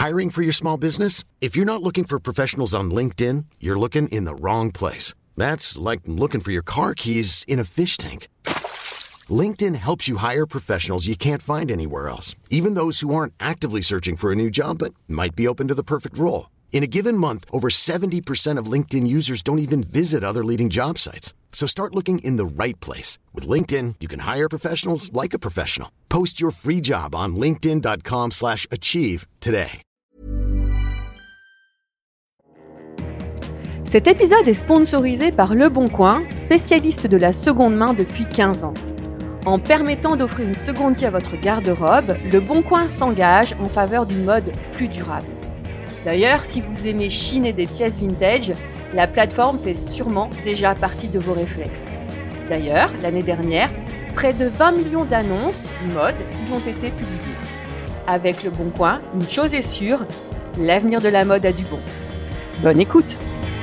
Hiring for your small business? If you're not looking for professionals on LinkedIn, you're looking in the wrong place. That's like looking for your car keys in a fish tank. LinkedIn helps you hire professionals you can't find anywhere else, even those who aren't actively searching for a new job but might be open to the perfect role. In a given month, over 70% of LinkedIn users don't even visit other leading job sites. So start looking in the right place. With LinkedIn, you can hire professionals like a professional. Post your free job on linkedin.com/achieve today. Cet épisode est sponsorisé par Le Bon Coin, spécialiste de la seconde main depuis 15 ans. En permettant d'offrir une seconde vie à votre garde-robe, Le Bon Coin s'engage en faveur d'une mode plus durable. D'ailleurs, si vous aimez chiner des pièces vintage, la plateforme fait sûrement déjà partie de vos réflexes. D'ailleurs, l'année dernière, près de 20 millions d'annonces mode y ont été publiées. Avec Le Bon Coin, une chose est sûre, l'avenir de la mode a du bon. Bonne écoute!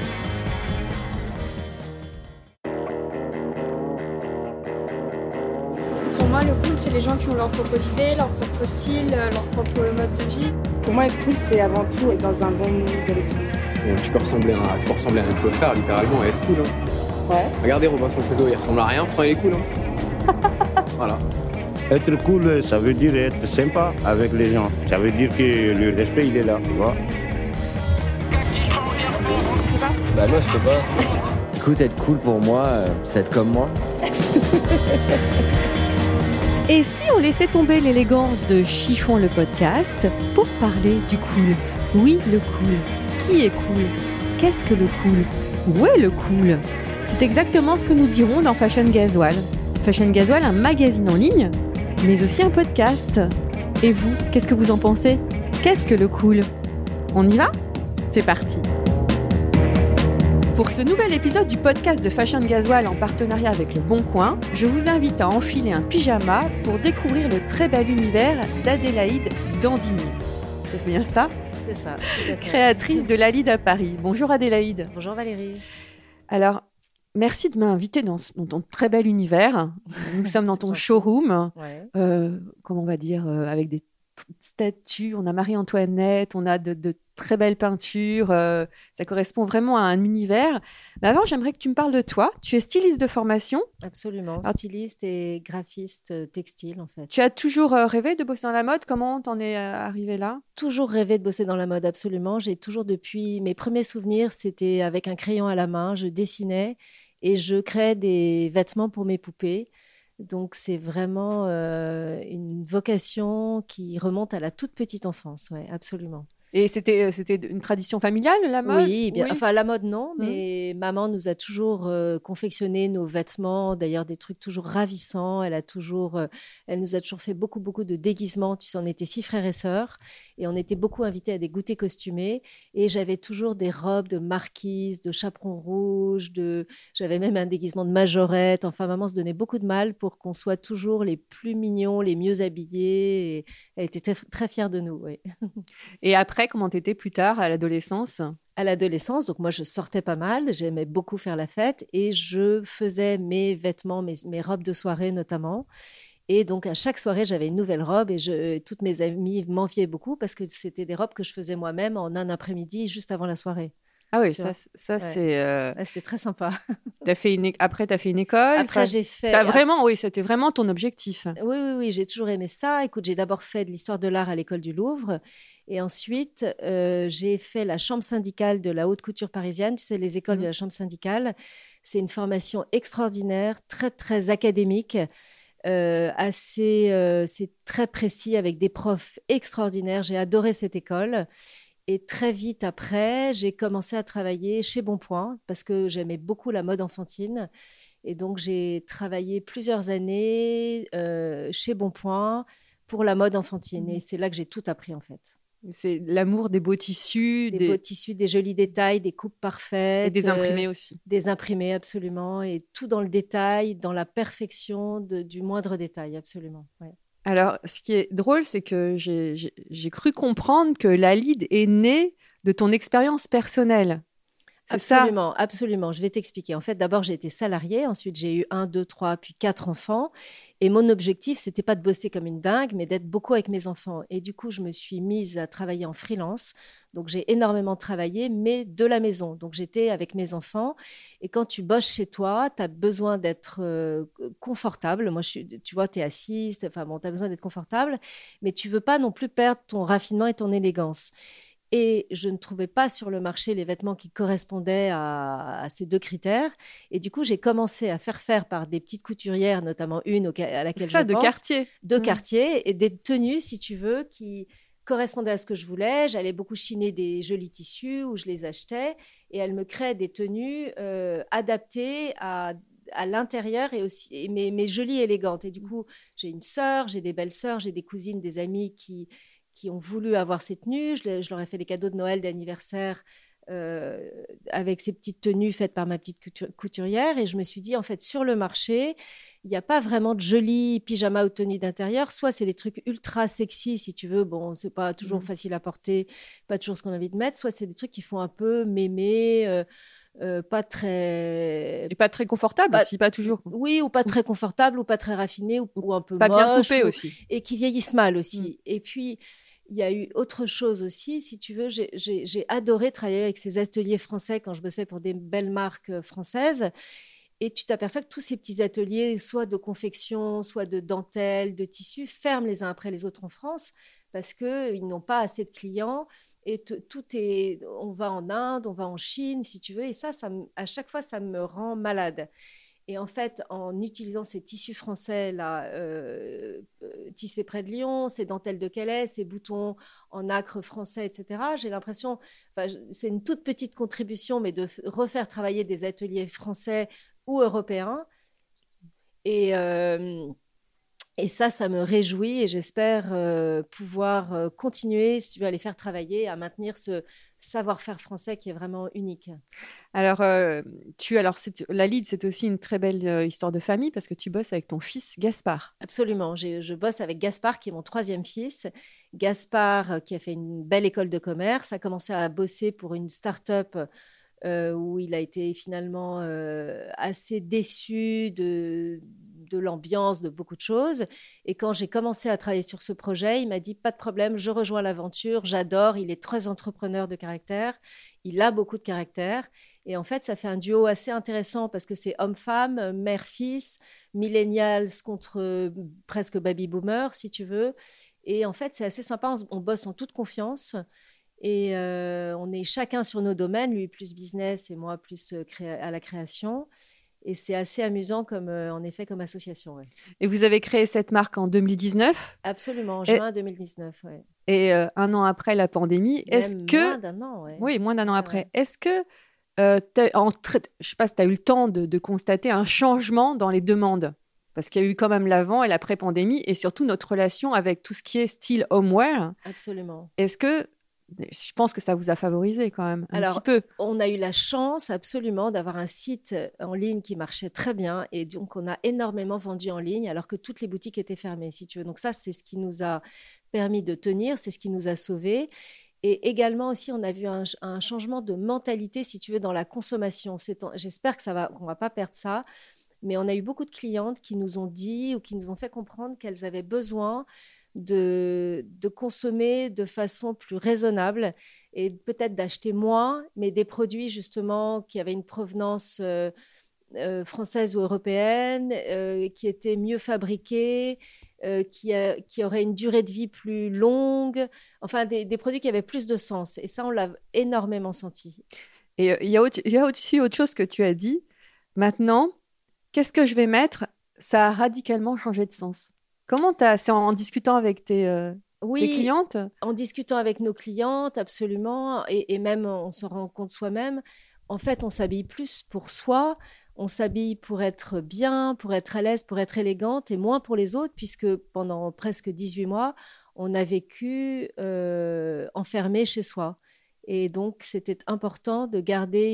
Pour moi, le cool, c'est les gens qui ont leur propre idée, leur propre style, leur propre mode de vie. Pour moi, être cool, c'est avant tout être dans un bon mood avec tout. Tu peux ressembler à un influenceur, littéralement, et être cool. Hein. Ouais. Regardez Robinson Crusoe, il ressemble à rien, pourtant il est cool. Hein. Voilà. Être cool, ça veut dire être sympa avec les gens. Ça veut dire que le respect, il est là, tu vois. Je sais pas. Bah moi, je sais pas. Écoute, être cool pour moi, c'est être comme moi. Et si on laissait tomber l'élégance de Chiffon le podcast pour parler du cool? Oui, le cool. Qui est cool? Qu'est-ce que le cool? Où est le cool? C'est exactement ce que nous dirons dans Fashion Gasoil. Fashion Gasoil, un magazine en ligne, mais aussi un podcast. Et vous, qu'est-ce que vous en pensez? Qu'est-ce que le cool? On y va? C'est parti! Pour ce nouvel épisode du podcast de Fashion Gasoil en partenariat avec Le Bon Coin, je vous invite à enfiler un pyjama pour découvrir le très bel univers d'Adélaïde Dandini. C'est bien ça? C'est ça. Créatrice de Lalide à Paris. Bonjour Adélaïde. Bonjour Valérie. Alors, merci de m'inviter dans ton très bel univers. Nous sommes dans ton showroom, comment on va dire, avec des statues. On a Marie-Antoinette, on a de très belles peintures. Ça correspond vraiment à un univers. Mais avant, j'aimerais que tu me parles de toi. Tu es styliste de formation. Absolument, styliste et graphiste textile en fait. Tu as toujours rêvé de bosser dans la mode. Comment t'en es arrivée là? Toujours rêvé de bosser dans la mode, absolument. J'ai toujours, depuis mes premiers souvenirs, c'était avec un crayon à la main. Je dessinais et je créais des vêtements pour mes poupées. Donc, c'est vraiment une vocation qui remonte à la toute petite enfance, ouais, absolument. Et c'était une tradition familiale, la mode? Oui, bien, enfin la mode non, mais maman nous a toujours confectionné nos vêtements, d'ailleurs des trucs toujours ravissants. Elle nous a toujours fait beaucoup de déguisements. Tu sais, on était 6 frères et sœurs et on était beaucoup invités à des goûters costumés. Et j'avais toujours des robes de marquise, de chaperon rouge, j'avais même un déguisement de majorette. Enfin, maman se donnait beaucoup de mal pour qu'on soit toujours les plus mignons, les mieux habillés. Et elle était très, très fière de nous, oui. Et après, comment t'étais plus tard, à l'adolescence? À l'adolescence, donc moi, je sortais pas mal. J'aimais beaucoup faire la fête et je faisais mes vêtements, mes robes de soirée notamment. Et donc, à chaque soirée, j'avais une nouvelle robe et toutes mes amies m'enviaient beaucoup parce que c'était des robes que je faisais moi-même en un après-midi juste avant la soirée. Ah oui, ça c'est... C'était très sympa. Après, tu as fait une école. Après, j'ai fait... Oui, c'était vraiment ton objectif. Oui, j'ai toujours aimé ça. Écoute, j'ai d'abord fait de l'histoire de l'art à l'école du Louvre. Et ensuite, j'ai fait la chambre syndicale de la haute couture parisienne. Tu sais, les écoles de la chambre syndicale, c'est une formation extraordinaire, très, très académique. C'est très précis avec des profs extraordinaires. J'ai adoré cette école. Et très vite après, j'ai commencé à travailler chez Bonpoint parce que j'aimais beaucoup la mode enfantine. Et donc, j'ai travaillé plusieurs années chez Bonpoint pour la mode enfantine. Et c'est là que j'ai tout appris, en fait. C'est l'amour des beaux tissus. Des beaux tissus, des jolis détails, des coupes parfaites. Et des imprimés aussi. Des imprimés, absolument. Et tout dans le détail, dans la perfection du moindre détail, absolument. Ouais. Alors, ce qui est drôle, c'est que j'ai cru comprendre que Lalide est née de ton expérience personnelle. C'est ça? Absolument, absolument. Je vais t'expliquer. En fait, d'abord, j'ai été salariée. Ensuite, j'ai eu 1, 2, 3, puis 4 enfants. Et mon objectif, c'était pas de bosser comme une dingue, mais d'être beaucoup avec mes enfants. Et du coup, je me suis mise à travailler en freelance. Donc, j'ai énormément travaillé, mais de la maison. Donc, j'étais avec mes enfants. Et quand tu bosses chez toi, tu as besoin d'être confortable. Moi, tu vois, tu es assise. Enfin, bon, tu as besoin d'être confortable, mais tu veux pas non plus perdre ton raffinement et ton élégance. Et je ne trouvais pas sur le marché les vêtements qui correspondaient à ces deux critères. Et du coup, j'ai commencé à faire par des petites couturières, notamment une à laquelle Ça, je de pense, quartier. de quartier, et des tenues, si tu veux, qui correspondaient à ce que je voulais. J'allais beaucoup chiner des jolis tissus où je les achetais. Et elles me créaient des tenues adaptées à l'intérieur et aussi, mais jolies et élégantes. Et du coup, j'ai une sœur, j'ai des belles sœurs, j'ai des cousines, des amies qui ont voulu avoir ces tenues. Je leur ai fait des cadeaux de Noël, d'anniversaire avec ces petites tenues faites par ma petite couturière. Et je me suis dit, en fait, sur le marché, il n'y a pas vraiment de jolis pyjamas ou tenues d'intérieur. Soit c'est des trucs ultra sexy, si tu veux. Bon, c'est pas toujours facile à porter, pas toujours ce qu'on a envie de mettre. Soit c'est des trucs qui font un peu mémé, pas très... Et pas très confortable aussi, pas toujours. Oui, ou pas très confortable, ou pas très raffiné, ou un peu pas moche. Pas bien coupé aussi. Et qui vieillissent mal aussi. Et puis... il y a eu autre chose aussi, si tu veux. J'ai adoré travailler avec ces ateliers français quand je bossais pour des belles marques françaises. Et tu t'aperçois que tous ces petits ateliers, soit de confection, soit de dentelle, de tissu, ferment les uns après les autres en France parce qu'ils n'ont pas assez de clients. Et on va en Inde, on va en Chine, si tu veux. Et ça à chaque fois, ça me rend malade. Et en fait, en utilisant ces tissus français là, tissés près de Lyon, ces dentelles de Calais, ces boutons en acre français, etc., j'ai l'impression, c'est une toute petite contribution, mais de refaire travailler des ateliers français ou européens. Et ça me réjouit et j'espère pouvoir continuer, si tu veux, à les faire travailler, à maintenir ce savoir-faire français qui est vraiment unique. Alors, la Lide, c'est aussi une très belle histoire de famille parce que tu bosses avec ton fils Gaspard. Absolument. Je bosse avec Gaspard, qui est mon 3e fils. Gaspard, qui a fait une belle école de commerce, a commencé à bosser pour une start-up où il a été finalement assez déçu de l'ambiance, de beaucoup de choses. Et quand j'ai commencé à travailler sur ce projet, il m'a dit, pas de problème, je rejoins l'aventure, j'adore, il est très entrepreneur de caractère, il a beaucoup de caractère. Et en fait, ça fait un duo assez intéressant parce que c'est homme-femme, mère-fils, millennials contre presque baby-boomer, si tu veux. Et en fait, c'est assez sympa, on bosse en toute confiance. Et on est chacun sur nos domaines, lui plus business et moi plus à la création. Et c'est assez amusant en effet comme association. Ouais. Et vous avez créé cette marque en 2019 ? Absolument, en juin 2019. Ouais. Et un an après la pandémie, moins d'un an. Ouais. Oui, moins d'un an après. Est-ce que, je ne sais pas si tu as eu le temps de constater un changement dans les demandes ? Parce qu'il y a eu quand même l'avant et l'après-pandémie et surtout notre relation avec tout ce qui est style homeware. Absolument. Est-ce que... Je pense que ça vous a favorisé quand même un petit peu. On a eu la chance absolument d'avoir un site en ligne qui marchait très bien et donc on a énormément vendu en ligne alors que toutes les boutiques étaient fermées, si tu veux. Donc ça, c'est ce qui nous a permis de tenir, c'est ce qui nous a sauvés. Et également aussi, on a vu un changement de mentalité, si tu veux, dans la consommation. J'espère qu'on ne va pas perdre ça, mais on a eu beaucoup de clientes qui nous ont dit ou qui nous ont fait comprendre qu'elles avaient besoin de consommer de façon plus raisonnable et peut-être d'acheter moins, mais des produits justement qui avaient une provenance française ou européenne, qui étaient mieux fabriqués, qui auraient une durée de vie plus longue, enfin des produits qui avaient plus de sens. Et ça, on l'a énormément senti. Et il y a aussi autre chose que tu as dit. Maintenant, qu'est-ce que je vais mettre ? Ça a radicalement changé de sens. Comment c'est en discutant avec tes clientes ? En discutant avec nos clientes, absolument. Et même, on s'en rend compte soi-même. En fait, on s'habille plus pour soi. On s'habille pour être bien, pour être à l'aise, pour être élégante et moins pour les autres, puisque pendant presque 18 mois, on a vécu enfermé chez soi. Et donc, c'était important de garder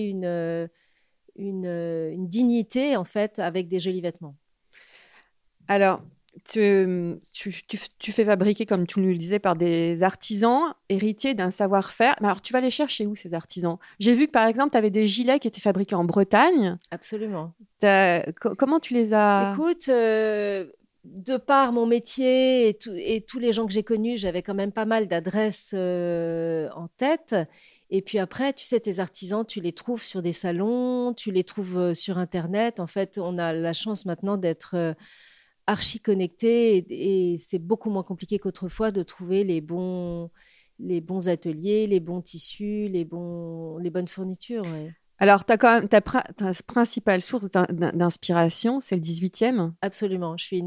une dignité, en fait, avec des jolis vêtements. Alors, tu fais fabriquer, comme tu nous le disais, par des artisans héritiers d'un savoir-faire. Mais alors, tu vas les chercher où, ces artisans? J'ai vu que, par exemple, tu avais des gilets qui étaient fabriqués en Bretagne. Absolument. Comment tu les as... Écoute, de par mon métier et tous les gens que j'ai connus, j'avais quand même pas mal d'adresses en tête. Et puis après, tu sais, tes artisans, tu les trouves sur des salons, tu les trouves sur Internet. En fait, on a la chance maintenant d'être archi connectés et c'est beaucoup moins compliqué qu'autrefois de trouver les bons ateliers, les bons tissus, les bonnes fournitures. Ouais. Alors, tu as quand même ta principale source d'inspiration, c'est le 18e. Absolument. Je suis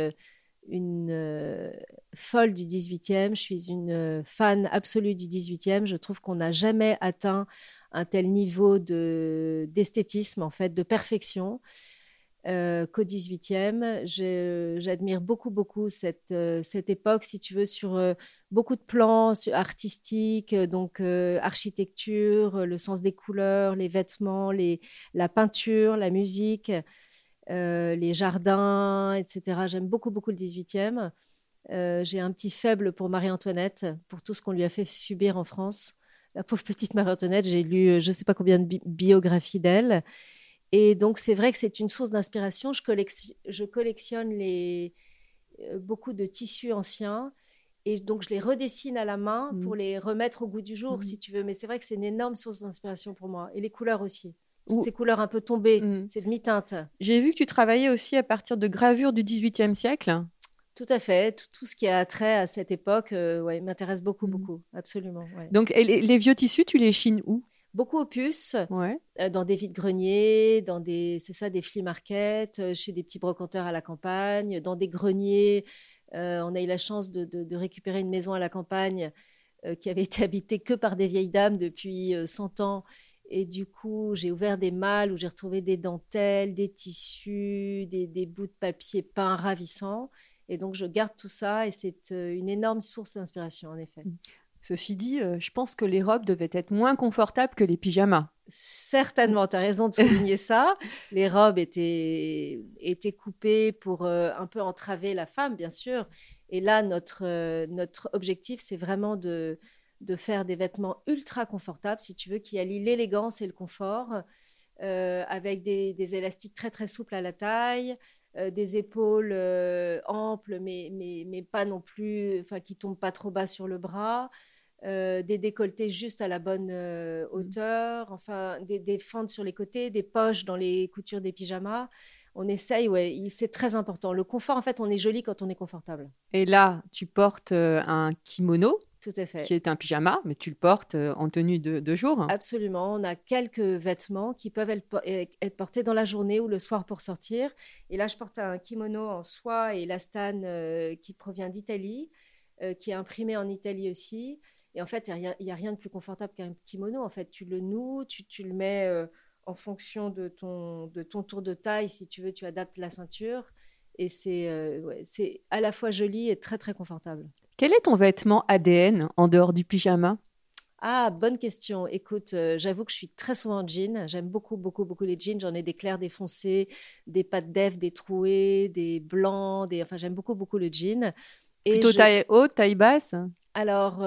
une folle du 18e. Je suis une fan absolue du 18e. Je trouve qu'on n'a jamais atteint un tel niveau d'esthétisme, en fait, de perfection. Qu'au 18e. J'admire beaucoup cette époque, si tu veux, sur beaucoup de plans artistiques, donc architecture, le sens des couleurs, les vêtements, la peinture, la musique, les jardins, etc. J'aime beaucoup le 18e. J'ai un petit faible pour Marie-Antoinette, pour tout ce qu'on lui a fait subir en France. La pauvre petite Marie-Antoinette, j'ai lu je ne sais pas combien de biographies d'elle. Et donc, c'est vrai que c'est une source d'inspiration. Je collectionne beaucoup de tissus anciens et donc je les redessine à la main pour les remettre au goût du jour, si tu veux. Mais c'est vrai que c'est une énorme source d'inspiration pour moi. Et les couleurs aussi. Toutes ces couleurs un peu tombées, c'est demi-teinte. J'ai vu que tu travaillais aussi à partir de gravures du XVIIIe siècle. Tout à fait. Tout ce qui a trait à cette époque m'intéresse beaucoup. Absolument. Ouais. Donc, les vieux tissus, tu les chines où? Beaucoup aux puces, dans des vides-greniers, des flea markets, chez des petits brocanteurs à la campagne, dans des greniers. On a eu la chance de récupérer une maison à la campagne qui avait été habitée que par des vieilles dames depuis 100 ans. Et du coup, j'ai ouvert des malles où j'ai retrouvé des dentelles, des tissus, des bouts de papier peints ravissants. Et donc, je garde tout ça et c'est une énorme source d'inspiration, en effet. Ceci dit, je pense que les robes devaient être moins confortables que les pyjamas. Certainement, tu as raison de souligner ça. Les robes étaient coupées pour un peu entraver la femme, bien sûr. Et là, notre objectif, c'est vraiment de faire des vêtements ultra confortables, si tu veux, qui allient l'élégance et le confort, avec des élastiques très, très souples à la taille, des épaules amples, mais pas non plus, qui ne tombent pas trop bas sur le bras. Des décolletés juste à la bonne hauteur, enfin des fentes sur les côtés, des poches dans les coutures des pyjamas. On essaye, c'est très important. Le confort, en fait, on est joli quand on est confortable. Et là, tu portes un kimono. Tout à fait. Qui est un pyjama, mais tu le portes en tenue de jour. Absolument. On a quelques vêtements qui peuvent être portés dans la journée ou le soir pour sortir. Et là, je porte un kimono en soie et élastane qui provient d'Italie, qui est imprimé en Italie aussi. Et en fait, il n'y a rien de plus confortable qu'un kimono. En fait, tu le noues, tu le mets en fonction de ton tour de taille. Si tu veux, tu adaptes la ceinture. Et c'est à la fois joli et très, très confortable. Quel est ton vêtement ADN en dehors du pyjama? Ah, bonne question. Écoute, j'avoue que je suis très souvent en jean. J'aime beaucoup les jeans. J'en ai des clairs, des foncés, des pâtes d'Ève, des troués, des blancs. Enfin, j'aime beaucoup le jean. Et plutôt taille haute, taille basse? Alors,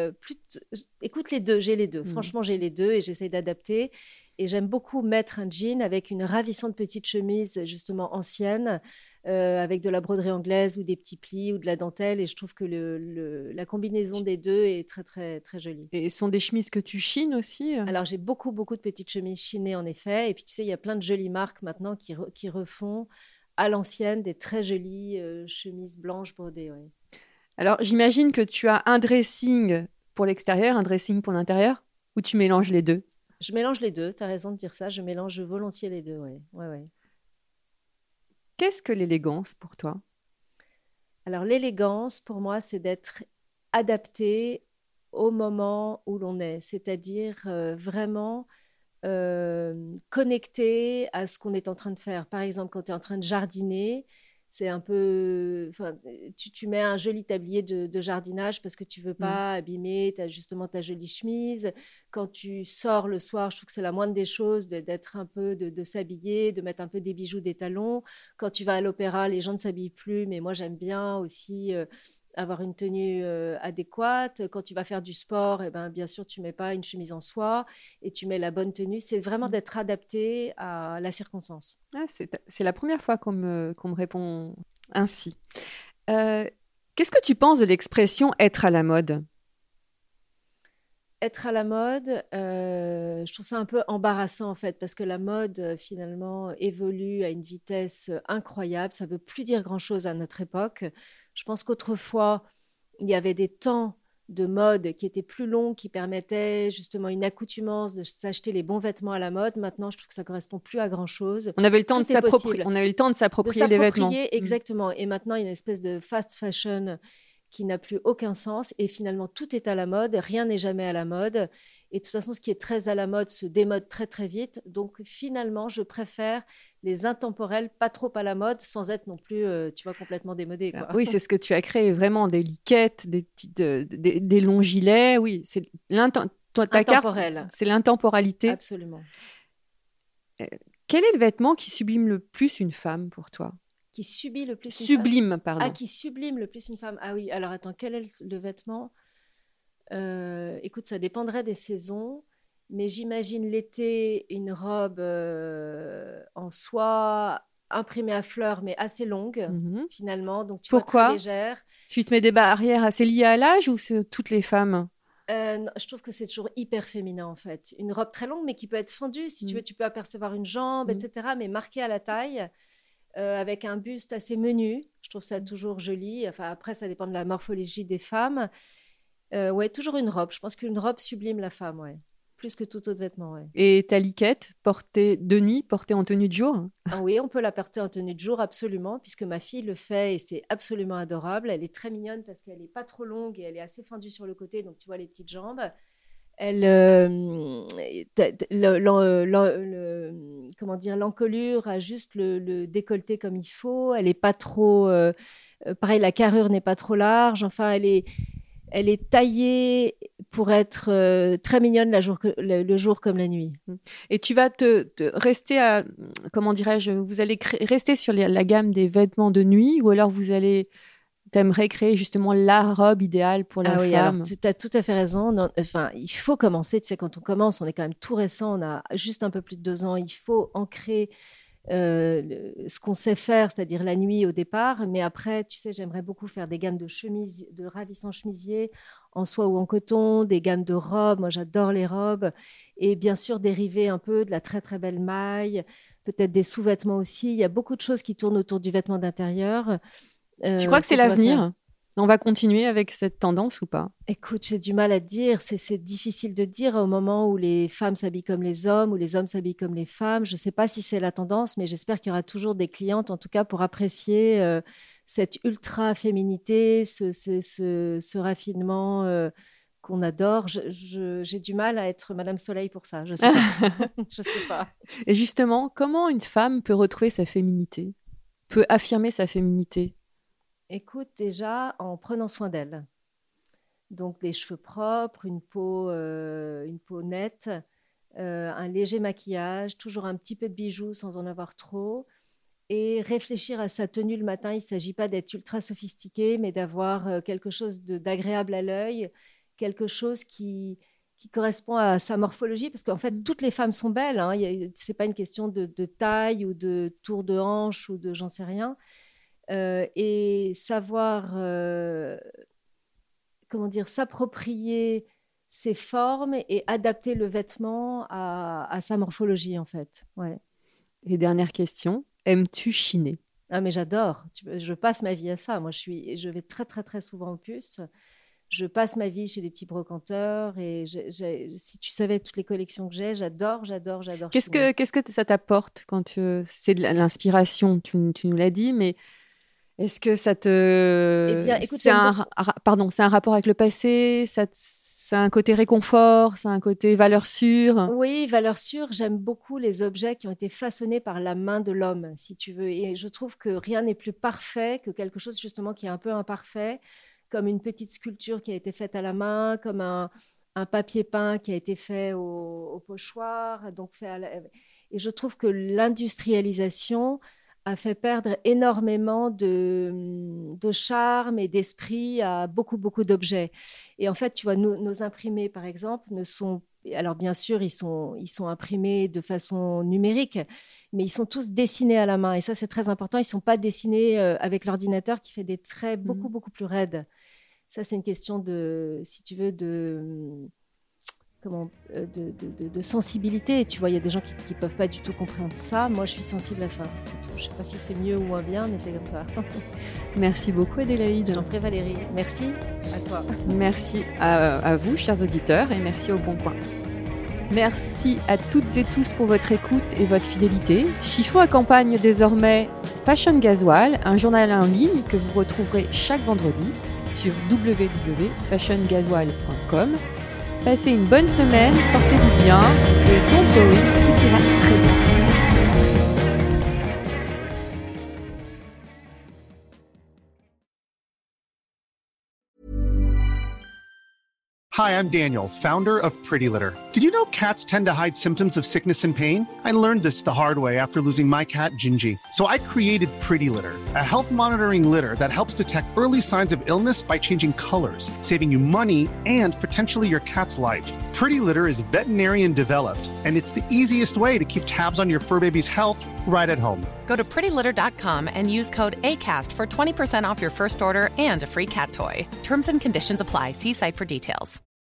écoute, les deux, j'ai les deux. Franchement, j'ai les deux et j'essaye d'adapter. Et j'aime beaucoup mettre un jean avec une ravissante petite chemise, justement ancienne, avec de la broderie anglaise ou des petits plis ou de la dentelle. Et je trouve que la combinaison des deux est très, très, très jolie. Et ce sont des chemises que tu chines aussi? Alors, j'ai beaucoup de petites chemises chinées, en effet. Et puis, tu sais, il y a plein de jolies marques maintenant qui refont à l'ancienne des très jolies chemises blanches brodées, ouais. Alors, j'imagine que tu as un dressing pour l'extérieur, un dressing pour l'intérieur, ou tu mélanges les deux? Je mélange les deux, tu as raison de dire ça, je mélange volontiers les deux, ouais. Qu'est-ce que l'élégance pour toi? Alors, l'élégance, pour moi, c'est d'être adapté au moment où l'on est, c'est-à-dire vraiment connecté à ce qu'on est en train de faire. Par exemple, quand tu es en train de jardiner, c'est un peu... Tu mets un joli tablier de jardinage parce que tu veux pas abîmer justement ta jolie chemise. Quand tu sors le soir, je trouve que c'est la moindre des choses d'être un peu, de s'habiller, de mettre un peu des bijoux, des talons. Quand tu vas à l'opéra, les gens ne s'habillent plus, mais moi, j'aime bien aussi... avoir une tenue adéquate. Quand tu vas faire du sport, bien sûr, tu ne mets pas une chemise en soie et tu mets la bonne tenue. C'est vraiment d'être adapté à la circonstance. Ah, c'est la première fois qu'on me répond ainsi. Qu'est-ce que tu penses de l'expression « être à la mode » ? Être à la mode, je trouve ça un peu embarrassant en fait, parce que la mode finalement évolue à une vitesse incroyable. Ça ne veut plus dire grand-chose à notre époque. Je pense qu'autrefois, il y avait des temps de mode qui étaient plus longs, qui permettaient justement une accoutumance de s'acheter les bons vêtements à la mode. Maintenant, je trouve que ça ne correspond plus à grand-chose. On avait le temps de s'approprier les vêtements. Exactement. Et maintenant, il y a une espèce de fast fashion qui n'a plus aucun sens. Et finalement, tout est à la mode. Rien n'est jamais à la mode. Et de toute façon, ce qui est très à la mode se démode très, très vite. Donc, finalement, je préfère les intemporels, pas trop à la mode, sans être non plus, complètement démodé. Quoi. Oui, c'est ce que tu as créé, vraiment, des liquettes, des longs gilets. Oui, c'est ta carte, c'est l'intemporalité. Absolument. Quel est le vêtement qui sublime le plus une femme pour toi ? Qui subit le plus une femme. Pardon. Ah, qui sublime le plus une femme. Ah oui, alors attends, quel est le vêtement ? Écoute, ça dépendrait des saisons, mais j'imagine l'été, une robe en soie imprimée à fleurs, mais assez longue, finalement. Donc, tu Pourquoi ? Vois, très légère. Tu te mets des barrières assez liées à l'âge ou c'est toutes les femmes ? Non, je trouve que c'est toujours hyper féminin, en fait. Une robe très longue, mais qui peut être fendue. Si tu veux, tu peux apercevoir une jambe, etc., mais marquée à la taille. Avec un buste assez menu. Je trouve ça toujours joli. Enfin, après, ça dépend de la morphologie des femmes. Ouais, toujours une robe. Je pense qu'une robe sublime la femme, ouais. Plus que tout autre vêtement, ouais. Et ta liquette, portée de nuit, portée en tenue de jour ? Ah oui, on peut la porter en tenue de jour, absolument, puisque ma fille le fait et c'est absolument adorable. Elle est très mignonne parce qu'elle n'est pas trop longue et elle est assez fendue sur le côté, donc tu vois les petites jambes. L'encolure a juste le décolleté comme il faut. Elle n'est pas trop... pareil, la carrure n'est pas trop large. Enfin, elle est taillée pour être très mignonne le jour comme la nuit. Et tu vas te rester à... Comment dirais-je ? Vous allez rester sur la gamme des vêtements de nuit ou alors vous allez... T'aimerais créer justement la robe idéale pour la femme. Tu as tout à fait raison. Non, enfin, il faut commencer. Tu sais, quand on commence, on est quand même tout récent. On a juste un peu plus de 2 ans. Il faut ancrer ce qu'on sait faire, c'est-à-dire la nuit au départ. Mais après, tu sais, j'aimerais beaucoup faire des gammes de chemises, de ravissants chemisiers en soie ou en coton, des gammes de robes. Moi, j'adore les robes. Et bien sûr, dériver un peu de la très, très belle maille. Peut-être des sous-vêtements aussi. Il y a beaucoup de choses qui tournent autour du vêtement d'intérieur. Tu crois que c'est l'avenir ? On va continuer avec cette tendance ou pas ? Écoute, j'ai du mal à dire. C'est difficile de dire au moment où les femmes s'habillent comme les hommes, où les hommes s'habillent comme les femmes. Je ne sais pas si c'est la tendance, mais j'espère qu'il y aura toujours des clientes, en tout cas, pour apprécier cette ultra-féminité, ce raffinement qu'on adore. J'ai du mal à être Madame Soleil pour ça. Je ne sais pas. Je sais pas. Et justement, comment une femme peut retrouver sa féminité ? Peut affirmer sa féminité ? Écoute, déjà, en prenant soin d'elle. Donc, des cheveux propres, une peau nette, un léger maquillage, toujours un petit peu de bijoux sans en avoir trop. Et réfléchir à sa tenue le matin. Il ne s'agit pas d'être ultra sophistiqué, mais d'avoir quelque chose d'agréable à l'œil, quelque chose qui correspond à sa morphologie. Parce qu'en fait, toutes les femmes sont belles. Hein. Ce n'est pas une question de taille ou de tour de hanche ou de j'en sais rien. Et savoir s'approprier ses formes et adapter le vêtement à sa morphologie en fait. Ouais. Et dernière question, aimes-tu chiner ? Ah mais j'adore, je passe ma vie à ça. Moi je vais très très très souvent au Puce. Je passe ma vie chez les petits brocanteurs et si tu savais toutes les collections que j'ai, j'adore. Qu'est-ce que ça t'apporte quand c'est de l'inspiration, tu nous l'as dit, mais est-ce que ça te... Eh bien, écoute, c'est un rapport avec le passé, C'est un côté réconfort, c'est un côté valeur sûre. Oui, valeur sûre. J'aime beaucoup les objets qui ont été façonnés par la main de l'homme, si tu veux. Et je trouve que rien n'est plus parfait que quelque chose justement qui est un peu imparfait, comme une petite sculpture qui a été faite à la main, comme un papier peint qui a été fait au pochoir. Donc et je trouve que l'industrialisation a fait perdre énormément de charme et d'esprit à beaucoup, beaucoup d'objets. Et en fait, tu vois, nos imprimés, par exemple, ne sont... Alors, bien sûr, ils sont imprimés de façon numérique, mais ils sont tous dessinés à la main. Et ça, c'est très important. Ils ne sont pas dessinés avec l'ordinateur qui fait des traits beaucoup, beaucoup plus raides. Ça, c'est une question de, si tu veux, de sensibilité. Tu vois, il y a des gens qui ne peuvent pas du tout comprendre ça. Moi, je suis sensible à ça. Je ne sais pas si c'est mieux ou moins bien, mais c'est comme ça. Merci beaucoup, Adélaïde. Je t'en prie, Valérie. Merci à toi. Merci à vous, chers auditeurs, et merci au Bon Coin. Merci à toutes et tous pour votre écoute et votre fidélité. Chiffon accompagne désormais Fashion Gasoil, un journal en ligne que vous retrouverez chaque vendredi sur www.fashiongasoil.com. Passez une bonne semaine, portez-vous bien et don't worry, tout ira très bien. Hi, I'm Daniel, founder of Pretty Litter. Did you know cats tend to hide symptoms of sickness and pain? I learned this the hard way after losing my cat, Gingy. So I created Pretty Litter, a health monitoring litter that helps detect early signs of illness by changing colors, saving you money and potentially your cat's life. Pretty Litter is veterinarian developed, and it's the easiest way to keep tabs on your fur baby's health right at home. Go to prettylitter.com and use code ACAST for 20% off your first order and a free cat toy. Terms and conditions apply. See site for details.